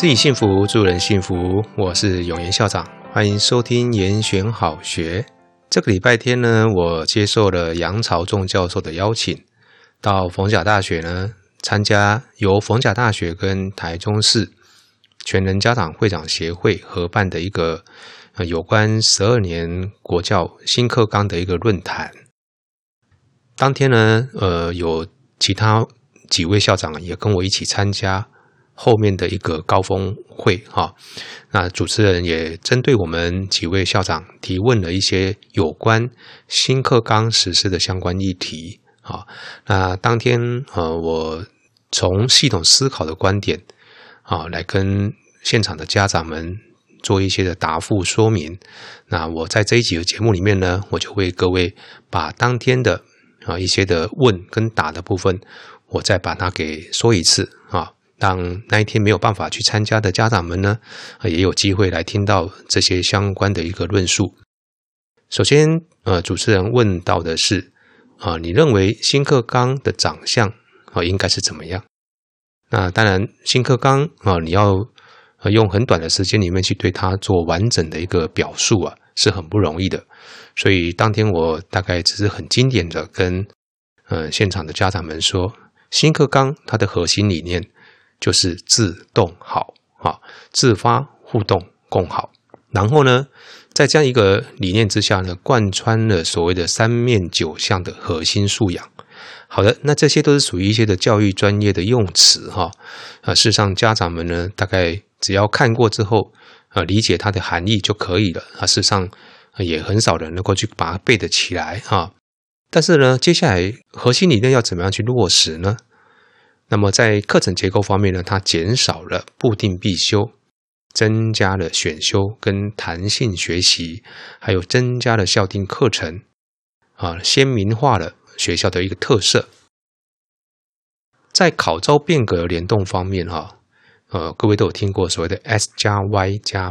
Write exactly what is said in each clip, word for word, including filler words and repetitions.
自己幸福，助人幸福。我是永言校长，欢迎收听研选好学。这个礼拜天呢，我接受了杨朝仲教授的邀请，到逢甲大学呢参加由逢甲大学跟台中市全人家长会长协会合办的一个、呃、有关十二年国教新课纲的一个论坛。当天呢，呃，有其他几位校长也跟我一起参加后面的一个高峰会哈。那主持人也针对我们几位校长提问了一些有关新课纲实施的相关议题啊。那当天呃，我从系统思考的观点啊，来跟现场的家长们做一些的答复说明。那我在这一集的节目里面呢，我就为各位把当天的啊一些的问跟答的部分，我再把它给说一次啊，让那一天没有办法去参加的家长们呢，也有机会来听到这些相关的一个论述。首先，呃，主持人问到的是啊，你认为新课纲的长相啊应该是怎么样？那当然，新课纲啊，你要用很短的时间里面去对它做完整的一个表述啊，是很不容易的。所以当天我大概只是很经典的跟呃现场的家长们说，新课纲它的核心理念就是自动好啊，自发互动共好。然后呢，在这样一个理念之下呢，贯穿了所谓的三面九项的核心素养。好的，那这些都是属于一些的教育专业的用词哈。啊，事实上家长们呢，大概只要看过之后，啊，理解它的含义就可以了。啊，事实上也很少人能够去把它背得起来哈。但是呢，接下来核心理念要怎么样去落实呢？那么在课程结构方面呢，它减少了固定必修，增加了选修跟弹性学习，还有增加了校定课程啊，鲜明化了学校的一个特色。在考招变革联动方面哈，呃，各位都有听过所谓的 S 加 Y 加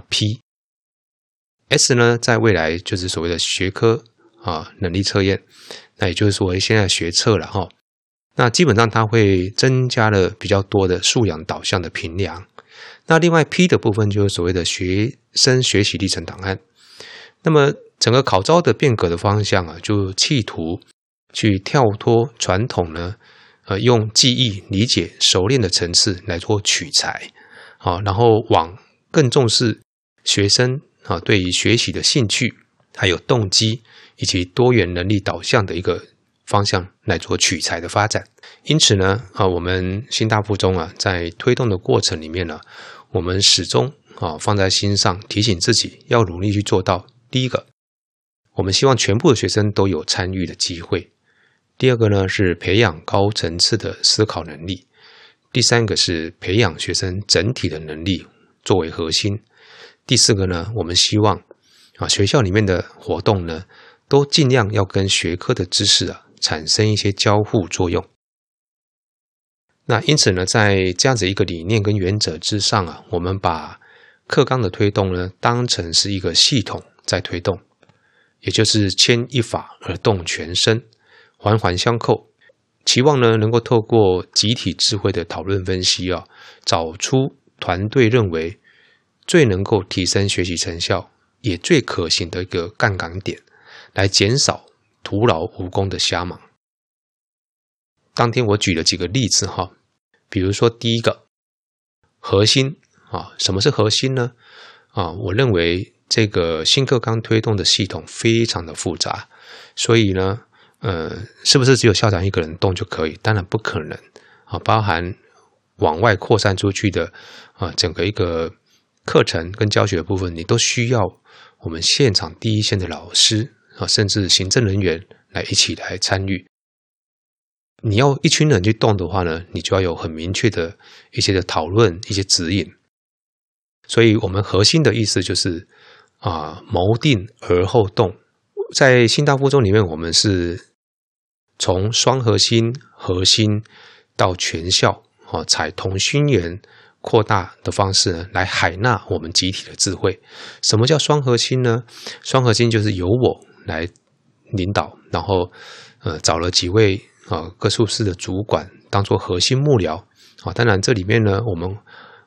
P。S 呢，在未来就是所谓的学科啊能力测验，那也就是说现在学测了哈。那基本上它会增加了比较多的素养导向的评量。那另外 P 的部分就是所谓的学生学习历程档案。那么整个考招的变革的方向啊，就企图去跳脱传统呢，呃，用记忆、理解、熟练的层次来做取材，啊，然后往更重视学生啊对于学习的兴趣、还有动机以及多元能力导向的一个方向来做取材的发展。因此呢，啊，我们新大附中啊，在推动的过程里面呢，我们始终啊放在心上，提醒自己要努力去做到。第一个，我们希望全部的学生都有参与的机会。第二个呢，是培养高层次的思考能力。第三个是培养学生整体的能力作为核心。第四个呢，我们希望啊学校里面的活动呢，都尽量要跟学科的知识啊产生一些交互作用。那因此呢，在这样子一个理念跟原则之上啊，我们把课纲的推动呢，当成是一个系统在推动，也就是牵一发而动全身，环环相扣。期望呢，能够透过集体智慧的讨论分析啊，找出团队认为最能够提升学习成效，也最可行的一个杠杆点，来减少徒劳无功的瞎忙。当天我举了几个例子哈，比如说第一个核心啊，什么是核心呢？啊，我认为这个新课纲推动的系统非常的复杂，所以呢，呃，是不是只有校长一个人动就可以？当然不可能啊，包含往外扩散出去的啊，整个一个课程跟教学的部分，你都需要我们现场第一线的老师啊，甚至行政人员来一起来参与。你要一群人去动的话呢，你就要有很明确的一些的讨论，一些指引。所以我们核心的意思就是啊，谋定而后动。在新大附中里面，我们是从双核心、核心到全校啊，采同心圆扩大的方式呢，来海纳我们集体的智慧。什么叫双核心呢？双核心就是由我来领导，然后呃找了几位啊各处室的主管当做核心幕僚啊。当然这里面呢，我们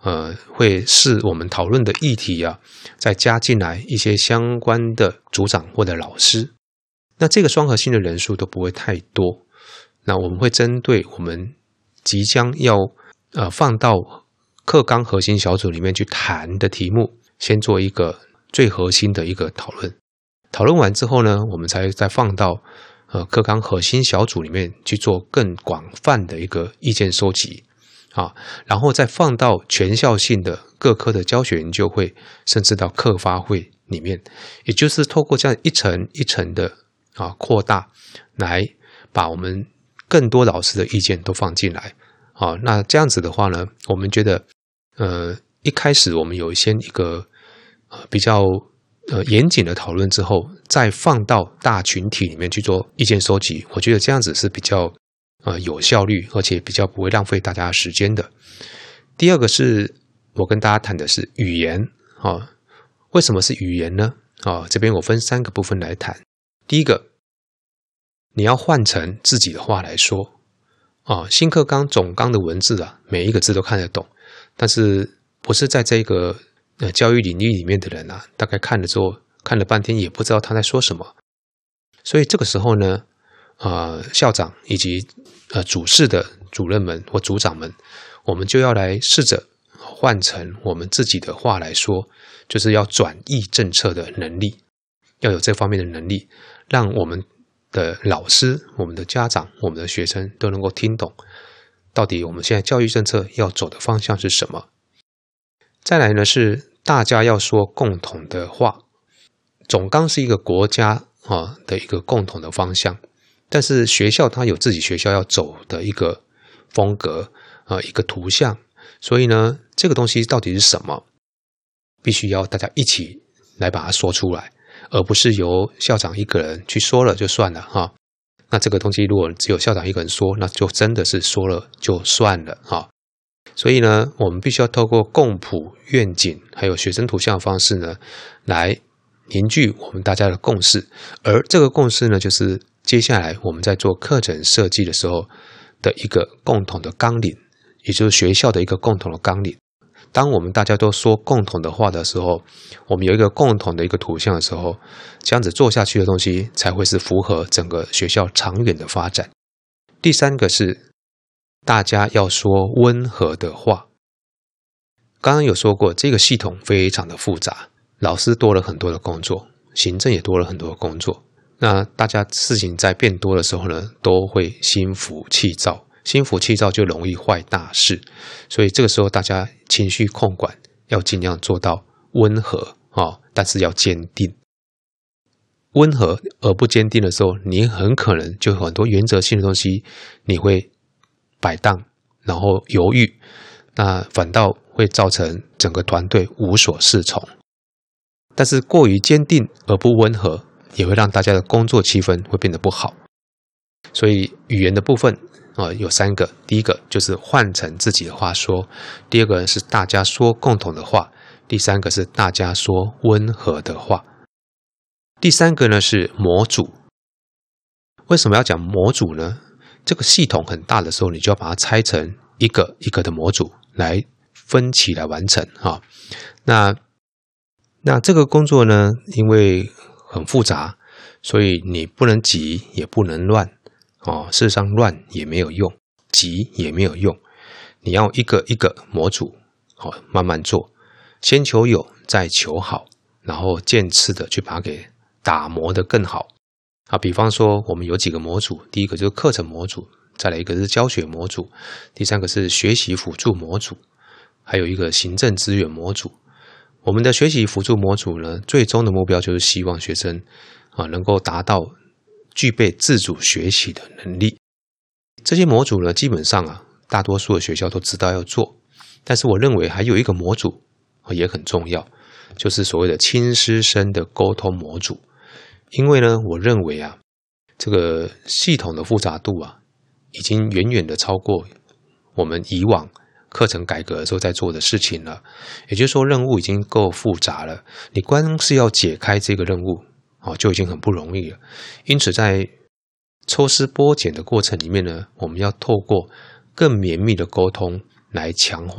呃，会视我们讨论的议题啊，再加进来一些相关的组长或者老师。那这个双核心的人数都不会太多。那我们会针对我们即将要呃放到课纲核心小组里面去谈的题目，先做一个最核心的一个讨论。讨论完之后呢，我们才再放到呃课纲核心小组里面去做更广泛的一个意见收集啊，然后再放到全校性的各科的教学研究会，甚至到课发会里面，也就是透过这样一层一层的啊扩大，来把我们更多老师的意见都放进来啊。那这样子的话呢，我们觉得呃一开始我们有先一个呃比较呃严谨的讨论之后，再放到大群体里面去做意见收集，我觉得这样子是比较呃有效率，而且比较不会浪费大家的时间的。第二个是我跟大家谈的是语言啊，为什么是语言呢？啊，这边我分三个部分来谈。第一个，你要换成自己的话来说啊，新课纲总纲的文字啊，每一个字都看得懂，但是不是在这个呃教育领域里面的人啊，大概看了之后看了半天也不知道他在说什么。所以这个时候呢，呃，校长以及呃主事的主任们或组长们，我们就要来试着换成我们自己的话来说，就是要转译政策的能力，要有这方面的能力，让我们的老师、我们的家长、我们的学生都能够听懂，到底我们现在教育政策要走的方向是什么。再来呢，是大家要说共同的话。总纲是一个国家啊的一个共同的方向，但是学校它有自己学校要走的一个风格啊，一个图像，所以呢，这个东西到底是什么，必须要大家一起来把它说出来，而不是由校长一个人去说了就算了哈。那这个东西如果只有校长一个人说，那就真的是说了就算了哈。所以呢，我们必须要透过共谱、愿景还有学生图像的方式呢，来凝聚我们大家的共识。而这个共识呢，就是接下来我们在做课程设计的时候的一个共同的纲领，也就是学校的一个共同的纲领。当我们大家都说共同的话的时候，我们有一个共同的一个图像的时候，这样子做下去的东西才会是符合整个学校长远的发展。第三个是大家要说温和的话。刚刚有说过，这个系统非常的复杂，老师多了很多的工作，行政也多了很多的工作。那大家事情在变多的时候呢，都会心浮气躁，心浮气躁就容易坏大事。所以这个时候大家情绪控管要尽量做到温和啊，但是要坚定。温和而不坚定的时候，你很可能就很多原则性的东西你会摆荡，然后犹豫，那反倒会造成整个团队无所适从。但是过于坚定而不温和，也会让大家的工作气氛会变得不好。所以语言的部分啊、呃、有三个，第一个就是换成自己的话说，第二个是大家说共同的话，第三个是大家说温和的话。第三个呢是模组。为什么要讲模组呢？这个系统很大的时候，你就要把它拆成一个一个的模组来分起来完成啊。那那这个工作呢，因为很复杂，所以你不能急也不能乱哦。事实上乱也没有用，急也没有用，你要一个一个模组哦，慢慢做，先求有再求好，然后渐次的去把它给打磨得更好啊。比方说我们有几个模组，第一个就是课程模组，再来一个是教学模组，第三个是学习辅助模组，还有一个行政资源模组。我们的学习辅助模组呢，最终的目标就是希望学生啊能够达到具备自主学习的能力。这些模组呢，基本上啊，大多数的学校都知道要做，但是我认为还有一个模组也很重要，就是所谓的亲师生的沟通模组。因为呢，我认为啊，这个系统的复杂度啊，已经远远的超过我们以往课程改革的时候在做的事情了。也就是说，任务已经够复杂了，你光是要解开这个任务哦，就已经很不容易了。因此在抽丝剥茧的过程里面呢，我们要透过更绵密的沟通来强化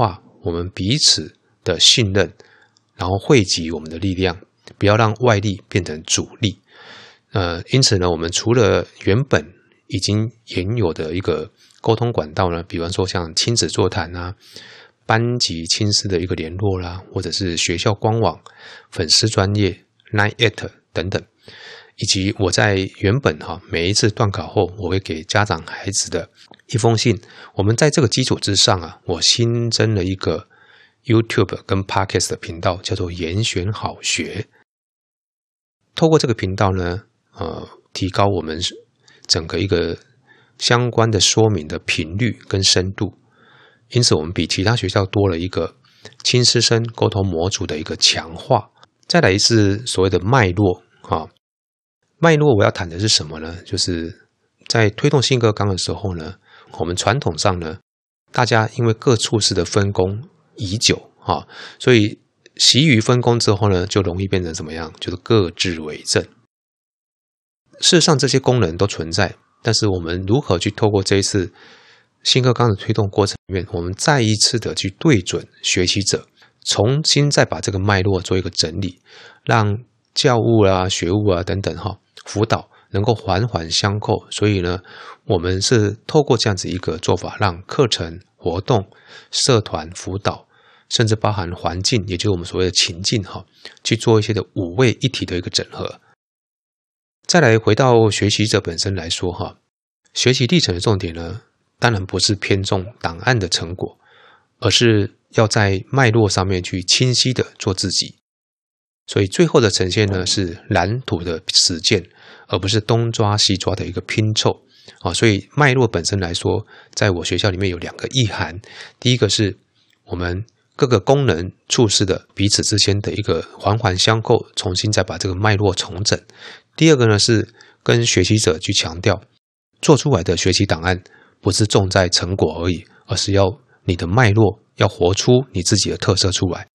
我们彼此的信任，然后汇集我们的力量，不要让外力变成主力。呃，因此呢，我们除了原本已经原有的一个沟通管道呢，比方说像亲子座谈啊、班级亲师的一个联络啦，或者是学校官网、粉丝专页、Line at 等等，以及我在原本哈每一次段考后，我会给家长孩子的一封信。我们在这个基础之上啊，我新增了一个 YouTube 跟 Podcast 的频道，叫做严选好学。透过这个频道呢，呃，提高我们整个一个相关的说明的频率跟深度。因此我们比其他学校多了一个亲师生沟通模组的一个强化。再来是所谓的脉络啊，脉络我要谈的是什么呢？就是在推动新课纲的时候呢，我们传统上呢，大家因为各处室的分工已久啊，所以习于分工之后呢，就容易变成怎么样？就是各自为政。事实上这些功能都存在，但是我们如何去透过这一次新课纲的推动过程里面，我们再一次的去对准学习者，重新再把这个脉络做一个整理，让教务啊、学务啊等等哈，辅导能够环环相扣。所以呢，我们是透过这样子一个做法，让课程、活动、社团、辅导，甚至包含环境，也就是我们所谓的情境哈，去做一些的五位一体的一个整合。再来回到学习者本身来说哈，学习历程的重点呢，当然不是偏重档案的成果，而是要在脉络上面去清晰的做自己。所以最后的呈现呢，是蓝图的实践，而不是东抓西抓的一个拼凑啊。所以脉络本身来说，在我学校里面有两个意涵。第一个是我们各个功能处室的彼此之间的一个环环相扣，重新再把这个脉络重整。第二个呢，是跟学习者去强调，做出来的学习档案不是重在成果而已，而是要你的脉络要活出你自己的特色出来。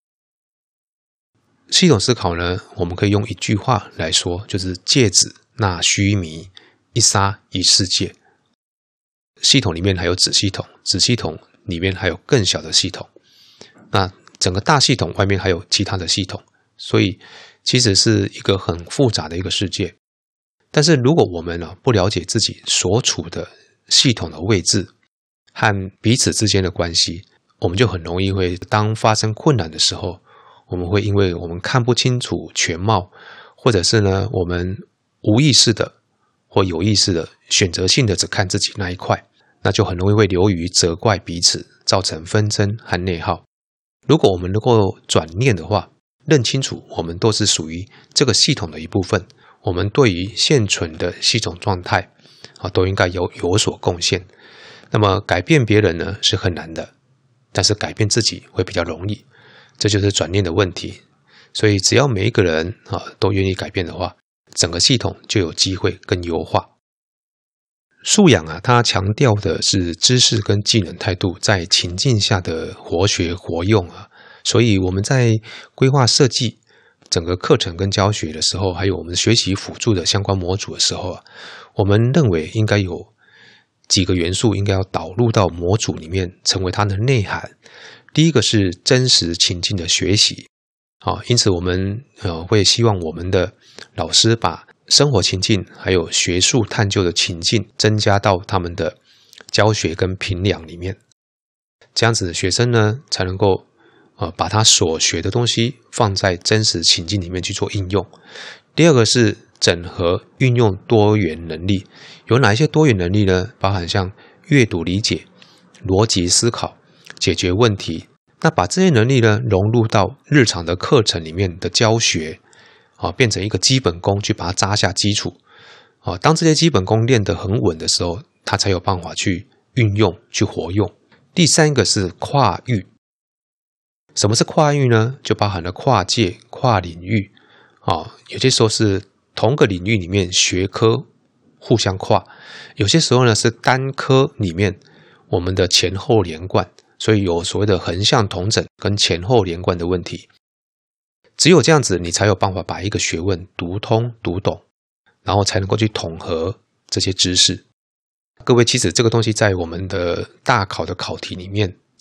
系统思考呢，我们可以用一句话来说，就是芥子纳须弥，一沙一世界。系统里面还有子系统，子系统里面还有更小的系统，那整个大系统外面还有其他的系统，所以其实是一个很复杂的一个世界。但是如果我们呢不了解自己所处的系统的位置和彼此之间的关系，我们就很容易会当发生困难的时候，我们会因为我们看不清楚全貌，或者是呢我们无意识的或有意识的选择性的只看自己那一块，那就很容易会流于责怪彼此，造成纷争和内耗。如果我们能够转念的话，认清楚我们都是属于这个系统的一部分，我们对于现存的系统状态啊，都应该有有所贡献。那么改变别人呢是很难的，但是改变自己会比较容易，这就是转念的问题。所以只要每一个人啊都愿意改变的话，整个系统就有机会更优化。素养啊，它强调的是知识跟技能态度在情境下的活学活用啊。所以我们在规划设计整个课程跟教学的时候，还有我们学习辅助的相关模组的时候啊，我们认为应该有几个元素应该要导入到模组里面，成为它的内涵。第一个是真实情境的学习啊，因此我们呃会希望我们的老师把生活情境还有学术探究的情境增加到他们的教学跟评量里面，这样子学生呢才能够呃把他所学的东西放在真实情境里面去做应用。第二个是整合运用多元能力，有哪一些多元能力呢？包含像阅读理解、逻辑思考、解决问题，那把这些能力呢融入到日常的课程里面的教学啊，变成一个基本功，去把它扎下基础啊。当这些基本功练得很稳的时候，它才有办法去运用、去活用。第三个是跨域。什么是跨域呢？就包含了跨界、跨领域啊。有些时候是同个领域里面学科互相跨，有些时候呢是单科里面我们的前后连贯，所以有所谓的横向统整跟前后连贯的问题。只有这样子，你才有办法把一个学问读通读懂，然后才能够去统合这些知识。各位，其实这个东西在我们的大考的考题里面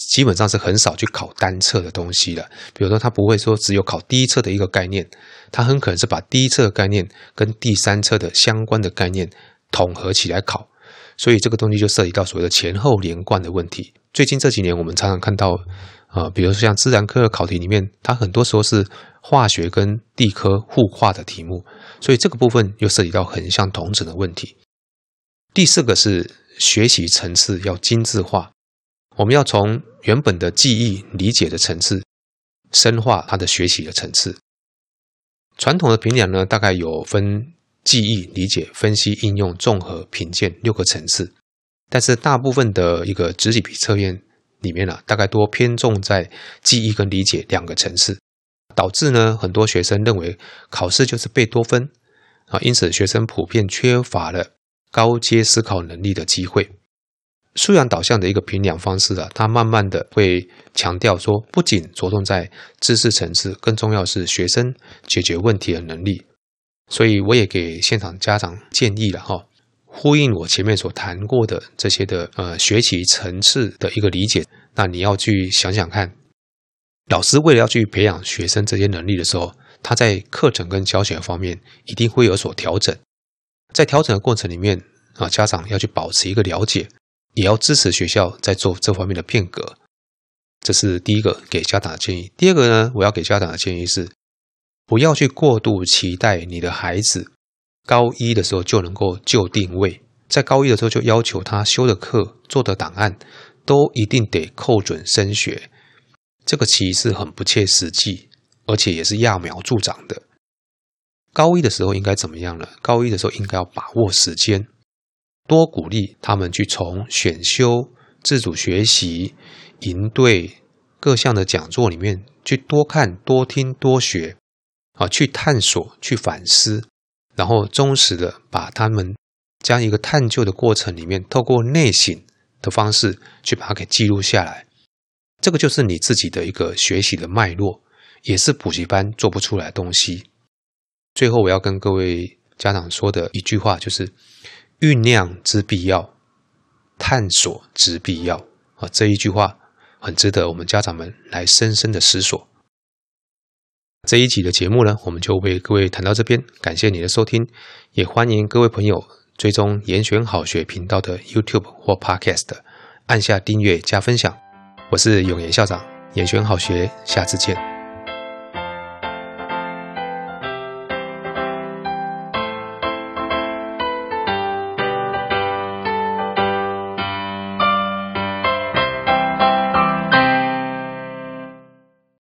基本上是很少去考单册的东西了。比如说他不会说只有考第一册的一个概念，他很可能是把第一册的概念跟第三册的相关的概念统合起来考，所以这个东西就涉及到所谓的前后连贯的问题。最近这几年我们常常看到呃，比如说像自然科的考题里面，它很多时候是化学跟地科互化的题目，所以这个部分又涉及到横向统整的问题。第四个是学习层次要精致化，我们要从原本的记忆理解的层次深化它的学习的层次。传统的评量呢，大概有分记忆、理解、分析、应用、综合、评鉴六个层次，但是大部分的一个纸笔笔测验里面啊，大概多偏重在记忆跟理解两个层次，导致呢很多学生认为考试就是背多分啊，因此学生普遍缺乏了高阶思考能力的机会。素养导向的一个评量方式啊，它慢慢的会强调说，不仅着重在知识层次，更重要是学生解决问题的能力。所以我也给现场家长建议了哈，呼应我前面所谈过的这些的呃学习层次的一个理解，那你要去想想看，老师为了要去培养学生这些能力的时候，他在课程跟教学方面一定会有所调整。在调整的过程里面啊，家长要去保持一个了解，也要支持学校在做这方面的变革。这是第一个给家长的建议。第二个呢，我要给家长的建议是，不要去过度期待你的孩子高一的时候就能够就定位，在高一的时候就要求他修的课、做的档案都一定得扣准升学，这个其实很不切实际，而且也是揠苗助长的。高一的时候应该怎么样呢？高一的时候应该要把握时间，多鼓励他们去从选修、自主学习、营队各项的讲座里面去多看、多听、多学啊，去探索、去反思，然后忠实的把他们将一个探究的过程里面，透过内省的方式去把它给记录下来。这个就是你自己的一个学习的脉络，也是补习班做不出来的东西。最后我要跟各位家长说的一句话就是酝酿之必要，探索之必要啊，这一句话很值得我们家长们来深深的思索。这一集的节目呢，我们就为各位谈到这边，感谢你的收听，也欢迎各位朋友追踪研选好学频道的 YouTube 或 Podcast， 按下订阅加分享。我是永言校长，研选好学，下次见。